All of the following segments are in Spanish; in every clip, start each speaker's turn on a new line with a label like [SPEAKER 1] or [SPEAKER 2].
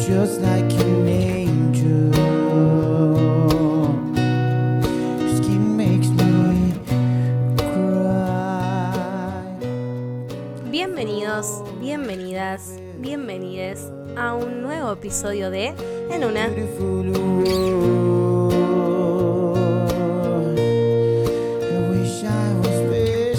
[SPEAKER 1] just like an angel. Your skin makes me cry.
[SPEAKER 2] Bienvenidos, bienvenidas, bienvenides a un nuevo episodio de En Una.
[SPEAKER 1] Beautiful world. I wish I was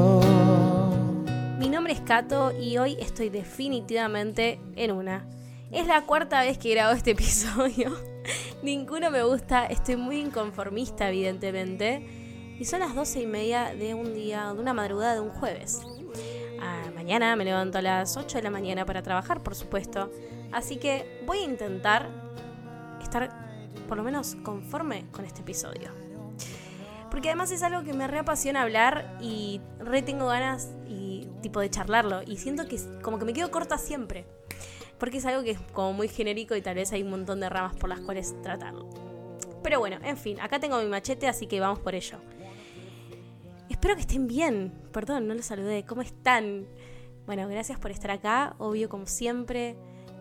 [SPEAKER 1] special.
[SPEAKER 2] Mi nombre es Cato y hoy estoy definitivamente en una. Es la cuarta vez que grabo este episodio. Ninguno me gusta, estoy muy inconformista evidentemente. Y son las 12:30 de un día, de una madrugada de un jueves. Mañana me levanto a las 8 de la mañana para trabajar, por supuesto. Así que voy a intentar estar por lo menos conforme con este episodio. Porque además es algo que me reapasiona hablar y tengo ganas y tipo de charlarlo. Y siento que como que me quedo corta siempre. Porque es algo que es como muy genérico y tal vez hay un montón de ramas por las cuales tratarlo. Pero bueno, en fin, acá tengo mi machete, así que vamos por ello. Espero que estén bien. Perdón, no los saludé. ¿Cómo están? Bueno, gracias por estar acá. Obvio, como siempre.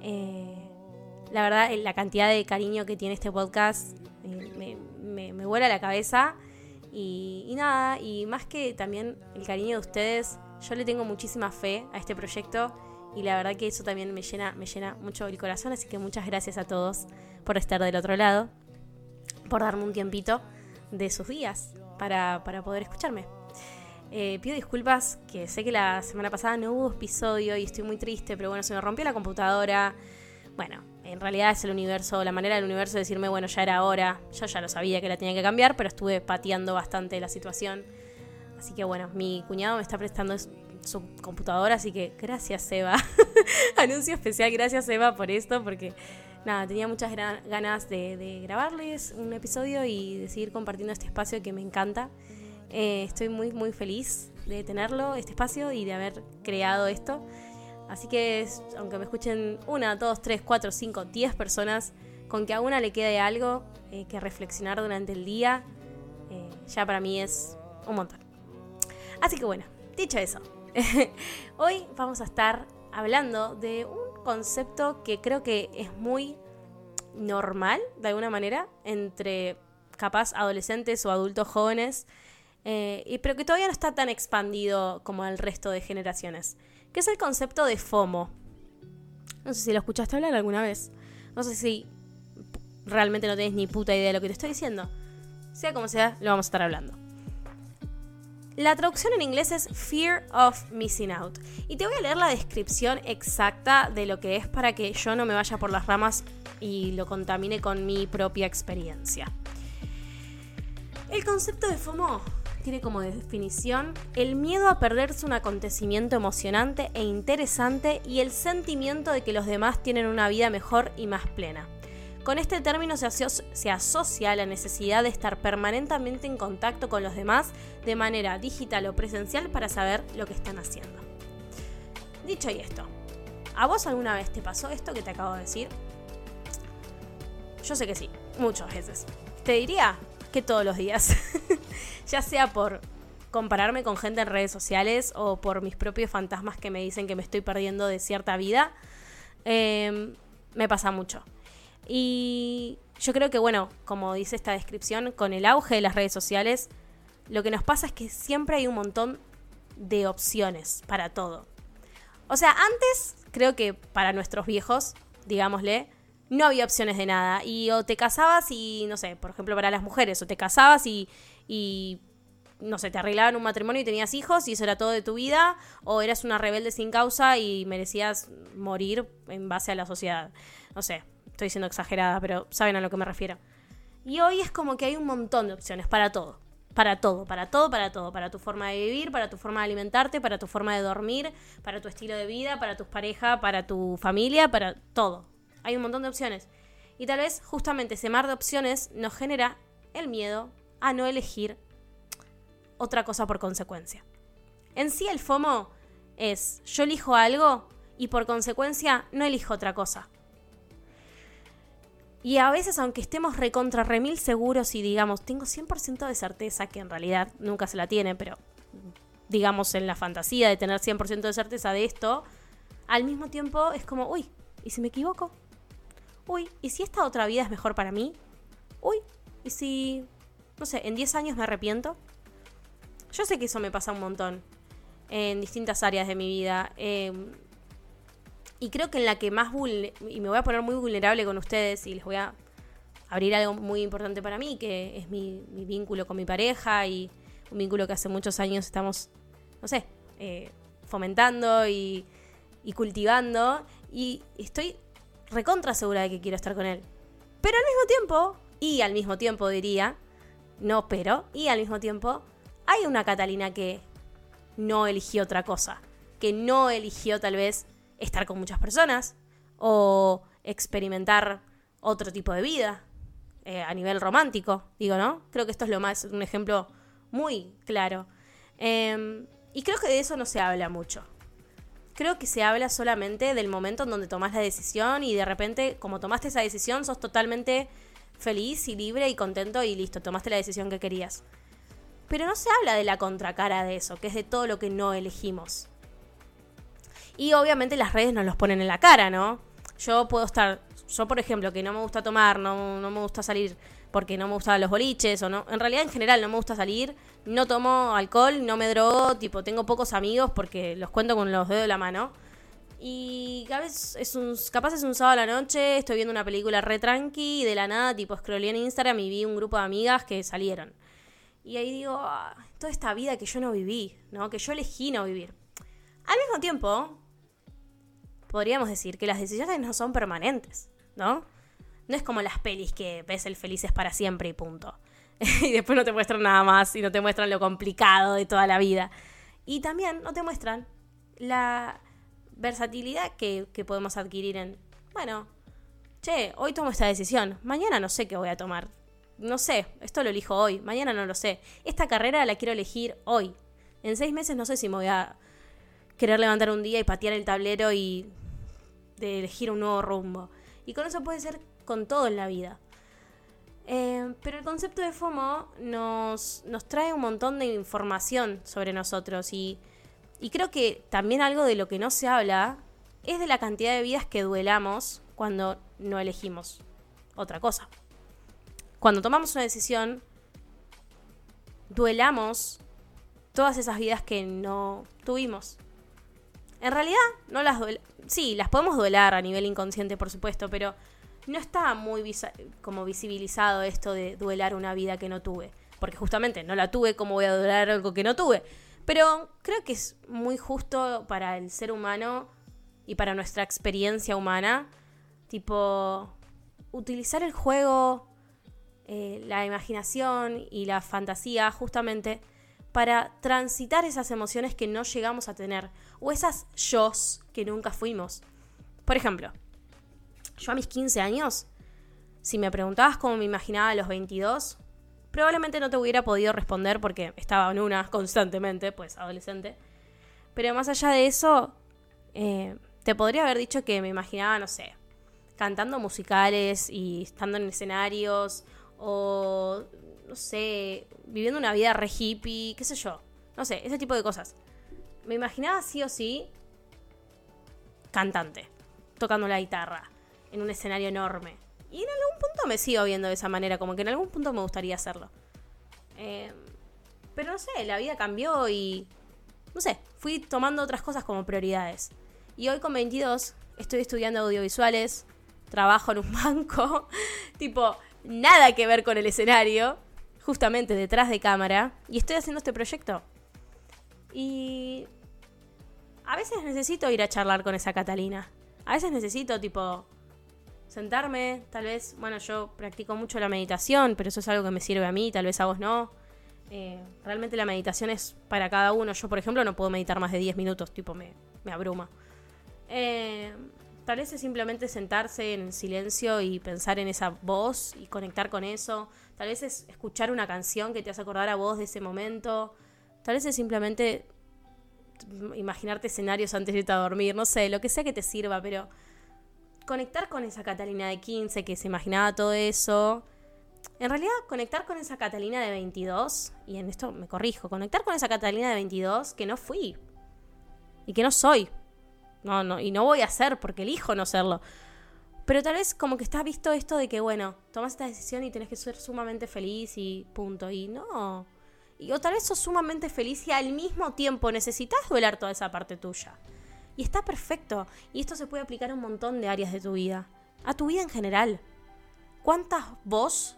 [SPEAKER 2] La verdad, la cantidad de cariño que tiene este podcast me vuela la cabeza. Y nada, y más que también el cariño de ustedes, yo le tengo muchísima fe a este proyecto. Y la verdad que eso también me llena mucho el corazón. Así que muchas gracias a todos por estar del otro lado. Por darme un tiempito de sus días para poder escucharme. Pido disculpas, que sé que la semana pasada no hubo episodio y estoy muy triste, pero bueno, se me rompió la computadora. Bueno, en realidad es el universo, la manera del universo de decirme, bueno, ya era hora. Yo ya lo sabía que la tenía que cambiar, pero estuve pateando bastante la situación. Así que bueno, mi cuñado me está prestando su computadora, así que gracias, Seba. Anuncio especial, gracias, Seba, por esto, porque nada, tenía muchas ganas de grabarles un episodio y de seguir compartiendo este espacio que me encanta. Estoy muy muy feliz de tenerlo, este espacio, y de haber creado esto. Así que aunque me escuchen 1, 2, 3, 4, 5, 10 personas, con que a una le quede algo que reflexionar durante el día, ya para mí es un montón. Así que bueno, dicho eso, hoy vamos a estar hablando de un concepto que creo que es muy normal, de alguna manera, entre capaz adolescentes o adultos jóvenes, pero que todavía no está tan expandido como el resto de generaciones, que es el concepto de FOMO. No sé si lo escuchaste hablar alguna vez. No sé si realmente no tenés ni puta idea de lo que te estoy diciendo. Sea como sea, lo vamos a estar hablando. La traducción en inglés es Fear of Missing Out. Y te voy a leer la descripción exacta de lo que es para que yo no me vaya por las ramas y lo contamine con mi propia experiencia. El concepto de FOMO tiene como definición el miedo a perderse un acontecimiento emocionante e interesante y el sentimiento de que los demás tienen una vida mejor y más plena. Con este término se asocia la necesidad de estar permanentemente en contacto con los demás de manera digital o presencial para saber lo que están haciendo. Dicho y esto, ¿a vos alguna vez te pasó esto que te acabo de decir? Yo sé que sí, muchas veces. Te diría que todos los días. Ya sea por compararme con gente en redes sociales o por mis propios fantasmas que me dicen que me estoy perdiendo de cierta vida, me pasa mucho. Y yo creo que, bueno, como dice esta descripción, con el auge de las redes sociales, lo que nos pasa es que siempre hay un montón de opciones para todo. O sea, antes, creo que para nuestros viejos, digámosle, no había opciones de nada. Y o te casabas y, no sé, por ejemplo para las mujeres, o te casabas y no sé, te arreglaban un matrimonio y tenías hijos y eso era todo de tu vida, o eras una rebelde sin causa y merecías morir en base a la sociedad. No sé, estoy siendo exagerada, pero saben a lo que me refiero. Y hoy es como que hay un montón de opciones para todo. Para todo. Para tu forma de vivir, para tu forma de alimentarte, para tu forma de dormir, para tu estilo de vida, para tu pareja, para tu familia, para todo. Hay un montón de opciones. Y tal vez justamente ese mar de opciones nos genera el miedo a no elegir otra cosa por consecuencia. En sí el FOMO es yo elijo algo y por consecuencia no elijo otra cosa. Y a veces, aunque estemos recontra remil seguros y digamos, tengo 100% de certeza, que en realidad nunca se la tiene, pero digamos en la fantasía de tener 100% de certeza de esto, al mismo tiempo es como, uy, ¿y si me equivoco? uy, ¿y si esta otra vida es mejor para mí? Uy, ¿y si, no sé, en 10 años me arrepiento? Yo sé que eso me pasa un montón en distintas áreas de mi vida. Y creo que en la que más y me voy a poner muy vulnerable con ustedes y les voy a abrir algo muy importante para mí, que es mi vínculo con mi pareja y un vínculo que hace muchos años estamos, no sé, fomentando y cultivando. Y estoy recontra segura de que quiero estar con él. Pero al mismo tiempo diría, no pero, y al mismo tiempo, hay una Catalina que no eligió otra cosa, que no eligió tal vez estar con muchas personas o experimentar otro tipo de vida a nivel romántico, digo, ¿no? Creo que esto es un ejemplo muy claro. Y creo que de eso no se habla mucho. Creo que se habla solamente del momento en donde tomás la decisión y de repente, como tomaste esa decisión, sos totalmente feliz y libre y contento y listo, tomaste la decisión que querías. Pero no se habla de la contracara de eso, que es de todo lo que no elegimos. Y obviamente las redes nos los ponen en la cara, ¿no? Yo, por ejemplo, que no me gusta tomar, no me gusta salir porque no me gustan los boliches, o no. En realidad, en general, no me gusta salir, no tomo alcohol, no me drogo, tengo pocos amigos porque los cuento con los dedos de la mano. Y capaz es un sábado a la noche, estoy viendo una película re tranqui y de la nada, scrollé en Instagram y vi un grupo de amigas que salieron. Y ahí digo, toda esta vida que yo no viví, ¿no? Que yo elegí no vivir. Al mismo tiempo, podríamos decir que las decisiones no son permanentes, ¿no? No es como las pelis que ves el feliz es para siempre y punto. Y después no te muestran nada más y no te muestran lo complicado de toda la vida. Y también no te muestran la versatilidad que podemos adquirir en, bueno, hoy tomo esta decisión, mañana no sé qué voy a tomar. No sé, esto lo elijo hoy, mañana no lo sé. Esta carrera la quiero elegir hoy. En 6 meses no sé si me voy a querer levantar un día y patear el tablero y de elegir un nuevo rumbo. Y con eso puede ser con todo en la vida. Pero el concepto de FOMO nos trae un montón de información sobre nosotros y creo que también algo de lo que no se habla es de la cantidad de vidas que duelamos cuando no elegimos otra cosa. Cuando tomamos una decisión, duelamos todas esas vidas que no tuvimos. En realidad, no las sí, las podemos duelar a nivel inconsciente, por supuesto, pero no está muy como visibilizado esto de duelar una vida que no tuve. Porque justamente no la tuve, ¿cómo voy a duelar algo que no tuve? Pero creo que es muy justo para el ser humano y para nuestra experiencia humana, utilizar el juego, la imaginación y la fantasía justamente para transitar esas emociones que no llegamos a tener o esas yos que nunca fuimos. Por ejemplo, yo a mis 15 años, si me preguntabas cómo me imaginaba a los 22, probablemente no te hubiera podido responder porque estaba en una constantemente, pues adolescente. Pero más allá de eso, te podría haber dicho que me imaginaba, no sé, cantando musicales y estando en escenarios o, no sé, viviendo una vida re hippie, qué sé yo. No sé, ese tipo de cosas. Me imaginaba sí o sí cantante, tocando la guitarra, en un escenario enorme. Y en algún punto me sigo viendo de esa manera, como que en algún punto me gustaría hacerlo. Pero no sé, la vida cambió y, no sé, fui tomando otras cosas como prioridades. Y hoy con 22 estoy estudiando audiovisuales, trabajo en un banco, nada que ver con el escenario, justamente detrás de cámara, y estoy haciendo este proyecto. Y a veces necesito ir a charlar con esa Catalina. A veces necesito, sentarme, tal vez, bueno, yo practico mucho la meditación, pero eso es algo que me sirve a mí, tal vez a vos no. Realmente la meditación es para cada uno. Yo, por ejemplo, no puedo meditar más de 10 minutos, me abruma. Tal vez es simplemente sentarse en silencio y pensar en esa voz y conectar con eso. Tal vez es escuchar una canción que te hace acordar a vos de ese momento. Tal vez es simplemente imaginarte escenarios antes de irte a dormir. No sé, lo que sea que te sirva, pero conectar con esa Catalina de 15 que se imaginaba todo eso. En realidad, conectar con esa Catalina de 22, y en esto me corrijo, conectar con esa Catalina de 22 que no fui y que no soy. No, y no voy a ser porque elijo no serlo. Pero tal vez como que está visto esto de que, bueno, tomas esta decisión y tenés que ser sumamente feliz y punto. Y no. O tal vez sos sumamente feliz y al mismo tiempo necesitas duelar toda esa parte tuya. Y está perfecto. Y esto se puede aplicar a un montón de áreas de tu vida. A tu vida en general. ¿Cuántos vos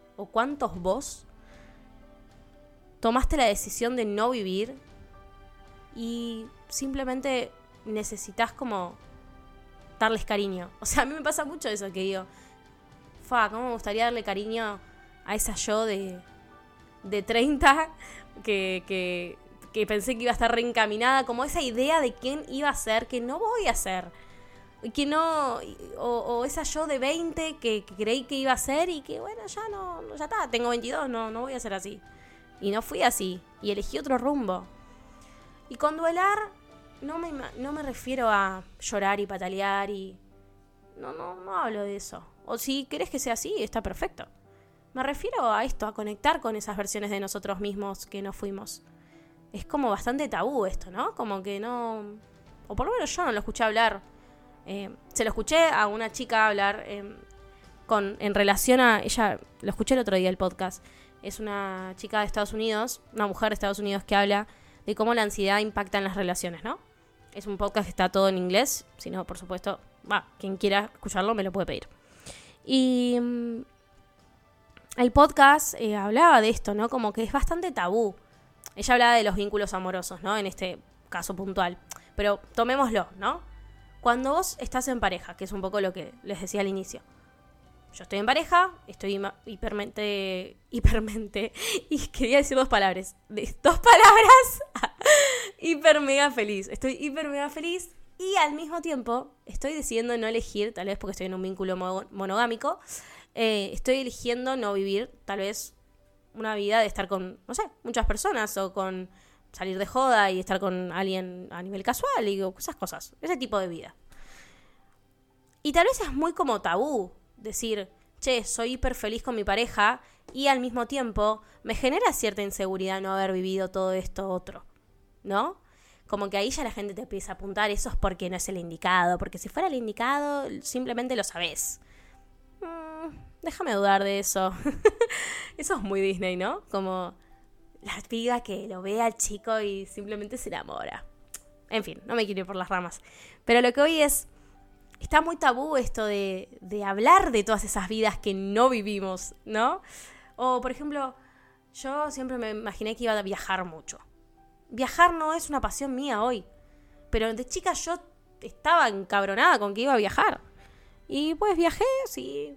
[SPEAKER 2] tomaste la decisión de no vivir y simplemente necesitas como darles cariño? O sea, a mí me pasa mucho eso, que digo, ¿cómo me gustaría darle cariño a esa yo de 30 que pensé que iba a estar reencaminada, como esa idea de quién iba a ser, que no voy a ser, que no, o esa yo de 20 que creí que iba a ser y que bueno, ya está, tengo 22, no voy a ser así. Y no fui así, y elegí otro rumbo. Y con duelar no me refiero a llorar y patalear y... No hablo de eso. O si querés que sea así, está perfecto. Me refiero a esto, a conectar con esas versiones de nosotros mismos que no fuimos. Es como bastante tabú esto, ¿no? Como que no... O por lo menos yo no lo escuché hablar. Se lo escuché a una chica hablar en relación a... Ella, lo escuché el otro día el podcast. Es una chica de Estados Unidos, una mujer de Estados Unidos que habla de cómo la ansiedad impacta en las relaciones, ¿no? Es un podcast que está todo en inglés. Si no, por supuesto, quien quiera escucharlo me lo puede pedir. Y... el podcast hablaba de esto, ¿no? Como que es bastante tabú. Ella hablaba de los vínculos amorosos, ¿no? En este caso puntual. Pero tomémoslo, ¿no? Cuando vos estás en pareja, que es un poco lo que les decía al inicio. Yo estoy en pareja, estoy hipermente... Y quería decir dos palabras. Hiper mega feliz. Estoy hiper mega feliz. Y al mismo tiempo estoy decidiendo no elegir, tal vez porque estoy en un vínculo monogámico... estoy eligiendo no vivir tal vez una vida de estar con, no sé, muchas personas o con salir de joda y estar con alguien a nivel casual y esas cosas, ese tipo de vida. Y tal vez es muy como tabú decir, che, soy hiper feliz con mi pareja y al mismo tiempo me genera cierta inseguridad no haber vivido todo esto otro, ¿no? Como que ahí ya la gente te empieza a apuntar, eso es porque no es el indicado, porque si fuera el indicado simplemente lo sabés. Déjame dudar de eso. Eso es muy Disney, ¿no? Como la piba que lo ve al chico y simplemente se enamora. En fin, no me quiero ir por las ramas. Pero lo que hoy es... Está muy tabú esto de hablar de todas esas vidas que no vivimos, ¿no? O, por ejemplo, yo siempre me imaginé que iba a viajar mucho. Viajar no es una pasión mía hoy. Pero de chica yo estaba encabronada con que iba a viajar. Y pues viajé, sí.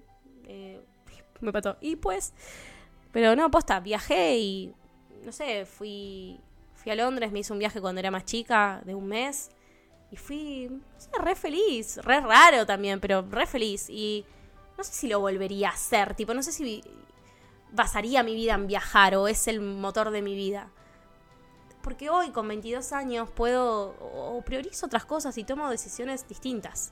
[SPEAKER 2] Me pató. Y pues... Pero no, posta, viajé y... No sé, fui a Londres, me hice un viaje cuando era más chica, de un mes. Y fui, no sé, re feliz. Re raro también, pero re feliz. Y no sé si lo volvería a hacer. Tipo, no sé si basaría mi vida en viajar o es el motor de mi vida. Porque hoy, con 22 años, puedo... O priorizo otras cosas y tomo decisiones distintas.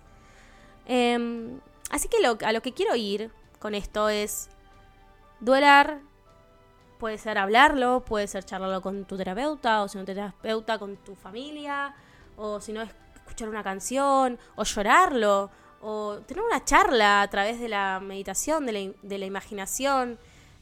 [SPEAKER 2] Así que a lo que quiero ir con esto es duelar. Puede ser hablarlo, puede ser charlarlo con tu terapeuta, o si no terapeuta, con tu familia, o si no escuchar una canción, o llorarlo, o tener una charla a través de la meditación, de la imaginación,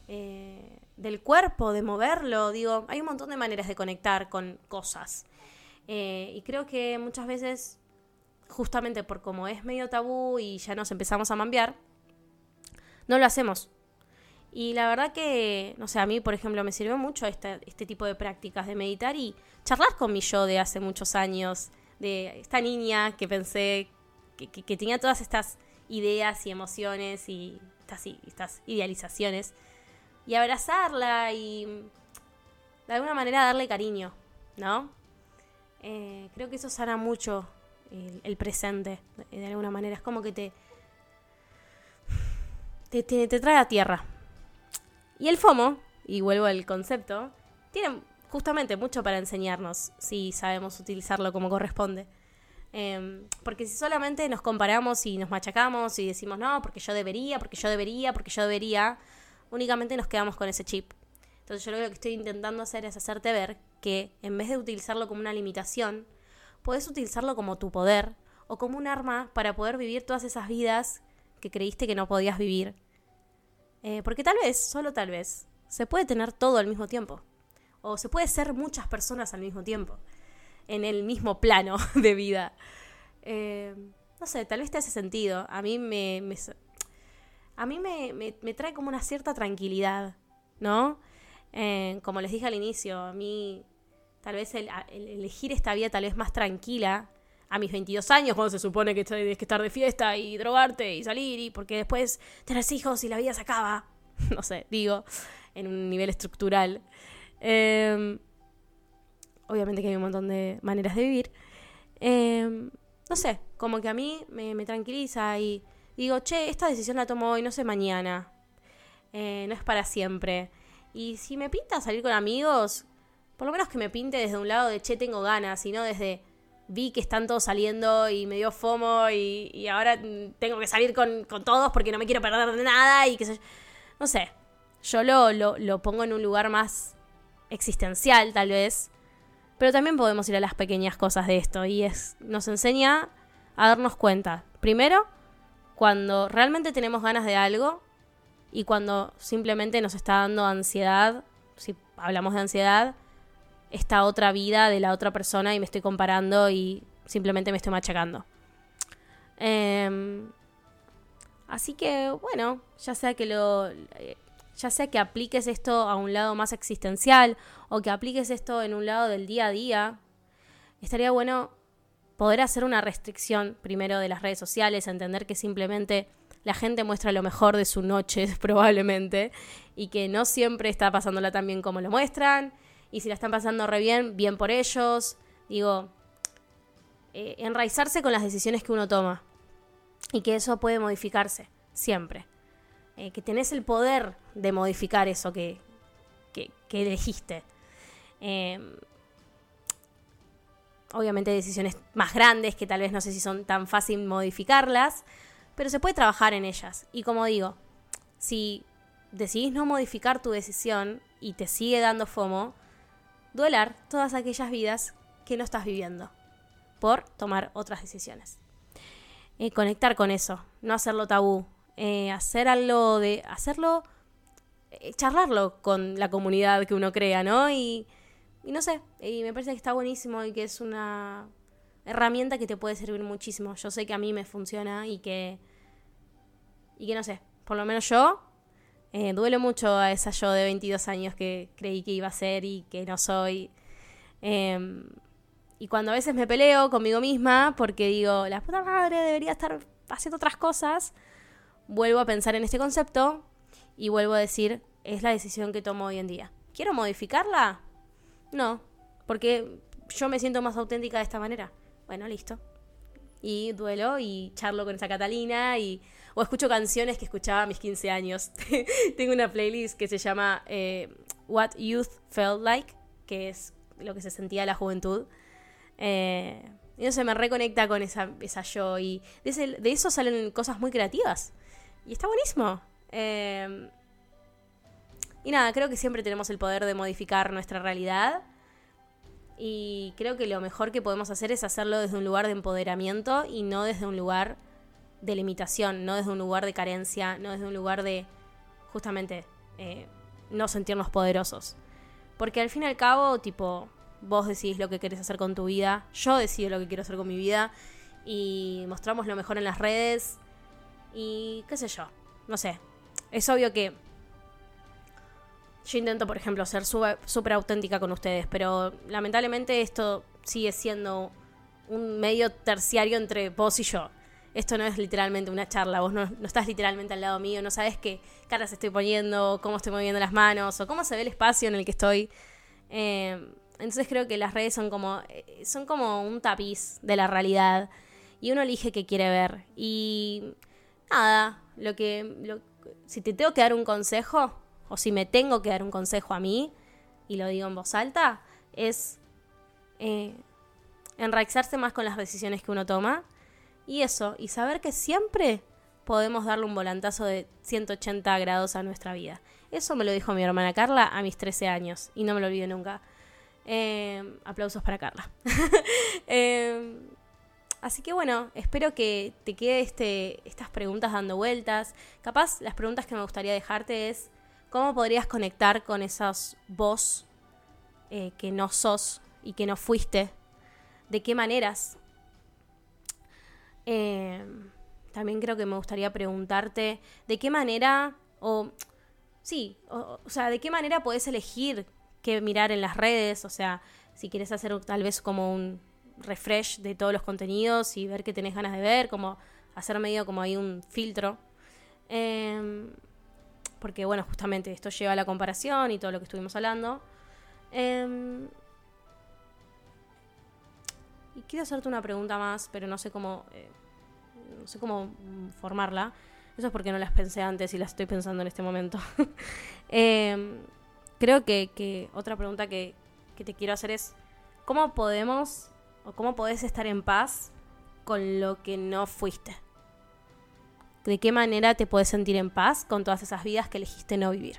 [SPEAKER 2] del cuerpo, de moverlo. Digo, hay un montón de maneras de conectar con cosas. Y creo que muchas veces, justamente por como es medio tabú y ya nos empezamos a mambiar, no lo hacemos. Y la verdad que, no sé, a mí, por ejemplo, me sirvió mucho este tipo de prácticas de meditar y charlar con mi yo de hace muchos años, de esta niña que pensé que tenía todas estas ideas y emociones y estas idealizaciones, y abrazarla y de alguna manera darle cariño, ¿no? Creo que eso sana mucho el presente, de alguna manera. Es como que te trae a tierra. Y el FOMO, y vuelvo al concepto, tiene justamente mucho para enseñarnos si sabemos utilizarlo como corresponde. Porque si solamente nos comparamos y nos machacamos y decimos no, porque yo debería, únicamente nos quedamos con ese chip. Entonces yo lo que estoy intentando hacer es hacerte ver que en vez de utilizarlo como una limitación, podés utilizarlo como tu poder o como un arma para poder vivir todas esas vidas que creíste que no podías vivir. Porque tal vez, solo tal vez, se puede tener todo al mismo tiempo. O se puede ser muchas personas al mismo tiempo. En el mismo plano de vida. No sé, tal vez te hace sentido. A mí me trae como una cierta tranquilidad, ¿no? Como les dije al inicio, a mí tal vez el elegir esta vida tal vez más tranquila a mis 22 años, cuando se supone que tienes que estar de fiesta y drogarte y salir, y porque después tenés hijos y la vida se acaba. No sé, digo, en un nivel estructural. Obviamente que hay un montón de maneras de vivir. No sé, como que a mí me tranquiliza y digo, che, esta decisión la tomo hoy, no sé, mañana. No es para siempre. Y si me pinta salir con amigos, por lo menos que me pinte desde un lado de, che, tengo ganas, y no desde, vi que están todos saliendo y me dio FOMO y ahora tengo que salir con todos porque no me quiero perder de nada y qué sé yo. No sé, yo lo pongo en un lugar más existencial tal vez, pero también podemos ir a las pequeñas cosas de esto y nos enseña a darnos cuenta. Primero, cuando realmente tenemos ganas de algo y cuando simplemente nos está dando ansiedad, si hablamos de ansiedad, esta otra vida de la otra persona y me estoy comparando y simplemente me estoy machacando. Así que, bueno, ya sea que apliques esto a un lado más existencial o que apliques esto en un lado del día a día, estaría bueno poder hacer una restricción primero de las redes sociales, entender que simplemente la gente muestra lo mejor de su noche probablemente y que no siempre está pasándola tan bien como lo muestran, y si la están pasando re bien, bien por ellos. Digo, enraizarse con las decisiones que uno toma y que eso puede modificarse siempre. Que tenés el poder de modificar eso que elegiste. Obviamente hay decisiones más grandes que tal vez no sé si son tan fácil modificarlas, pero se puede trabajar en ellas. Y como digo, si decidís no modificar tu decisión y te sigue dando FOMO, duelar todas aquellas vidas que no estás viviendo por tomar otras decisiones. Conectar con eso, no hacerlo tabú, charlarlo con la comunidad que uno crea, ¿no? Y no sé, y me parece que está buenísimo y que es una herramienta que te puede servir muchísimo. Yo sé que a mí me funciona y que no sé, por lo menos yo duelo mucho a esa yo de 22 años que creí que iba a ser y que no soy. Y cuando a veces me peleo conmigo misma porque digo, la puta madre, debería estar haciendo otras cosas, vuelvo a pensar en este concepto y vuelvo a decir, es la decisión que tomo hoy en día. ¿Quiero modificarla? No, porque yo me siento más auténtica de esta manera. Bueno, listo. Y duelo y charlo con esa Catalina o escucho canciones que escuchaba a mis 15 años. Tengo una playlist que se llama What Youth Felt Like, que es lo que se sentía la juventud. Y no sé, me reconecta con esa yo. Y de eso salen cosas muy creativas. Y está buenísimo. Y nada, creo que siempre tenemos el poder de modificar nuestra realidad. Y creo que lo mejor que podemos hacer es hacerlo desde un lugar de empoderamiento y no desde un lugar de limitación, no desde un lugar de carencia, no desde un lugar de, justamente, no sentirnos poderosos. Porque al fin y al cabo, tipo, vos decidís lo que querés hacer con tu vida, yo decido lo que quiero hacer con mi vida, y mostramos lo mejor en las redes, y qué sé yo, no sé. Es obvio que yo intento, por ejemplo, ser súper auténtica con ustedes, pero lamentablemente esto sigue siendo un medio terciario entre vos y yo. Esto no es literalmente una charla, vos no estás literalmente al lado mío, no sabes qué caras estoy poniendo, cómo estoy moviendo las manos, o cómo se ve el espacio en el que estoy. Entonces creo que las redes son como un tapiz de la realidad, y uno elige qué quiere ver. Y nada, si te tengo que dar un consejo, o si me tengo que dar un consejo a mí, y lo digo en voz alta, es enraizarse más con las decisiones que uno toma, y saber que siempre podemos darle un volantazo de 180 grados a nuestra vida. Eso me lo dijo mi hermana Carla a mis 13 años, y no me lo olvido nunca. Aplausos para Carla. Así que bueno, espero que te quede estas preguntas dando vueltas. Capaz las preguntas que me gustaría dejarte es ¿cómo podrías conectar con esos vos que no sos y que no fuiste? ¿De qué maneras? También creo que me gustaría preguntarte de qué manera, o sea, de qué manera podés elegir qué mirar en las redes. O sea, si quieres hacer tal vez como un refresh de todos los contenidos y ver qué tenés ganas de ver, como hacer medio como ahí un filtro. Porque bueno, justamente esto lleva a la comparación y todo lo que estuvimos hablando. Y quiero hacerte una pregunta más, pero no sé cómo formarla. Eso es porque no las pensé antes y las estoy pensando en este momento. Creo que otra pregunta que te quiero hacer es ¿cómo podemos o cómo podés estar en paz con lo que no fuiste? ¿De qué manera te podés sentir en paz con todas esas vidas que elegiste no vivir?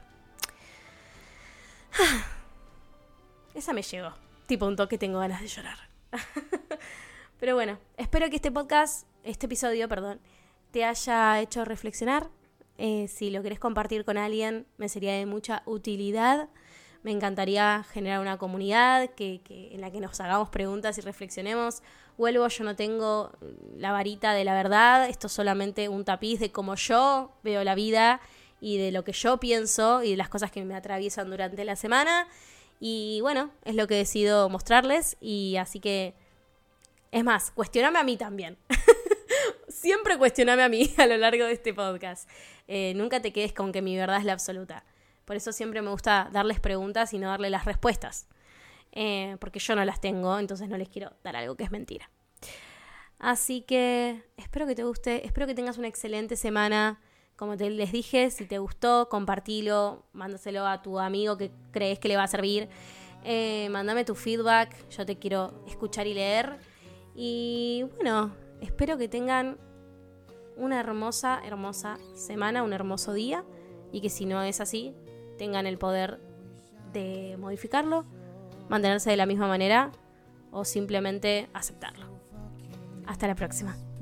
[SPEAKER 2] Esa me llegó. Tipo un toque, tengo ganas de llorar. Pero bueno, espero que este episodio, te haya hecho reflexionar. Si lo querés compartir con alguien, me sería de mucha utilidad. Me encantaría generar una comunidad en la que nos hagamos preguntas y reflexionemos. Vuelvo, yo no tengo la varita de la verdad. Esto es solamente un tapiz de cómo yo veo la vida y de lo que yo pienso y de las cosas que me atraviesan durante la semana. Y bueno, es lo que decido mostrarles. Y así que, es más, cuestioname a mí también. Siempre cuestioname a mí a lo largo de este podcast. Nunca te quedes con que mi verdad es la absoluta. Por eso siempre me gusta darles preguntas y no darles las respuestas. Porque yo no las tengo, entonces no les quiero dar algo que es mentira. Así que espero que te guste, espero que tengas una excelente semana. Como les dije, si te gustó, compartilo, mándaselo a tu amigo que crees que le va a servir. Mándame tu feedback, yo te quiero escuchar y leer. Y bueno, espero que tengan una hermosa, hermosa semana, un hermoso día. Y que si no es así, tengan el poder de modificarlo, mantenerse de la misma manera o simplemente aceptarlo. Hasta la próxima.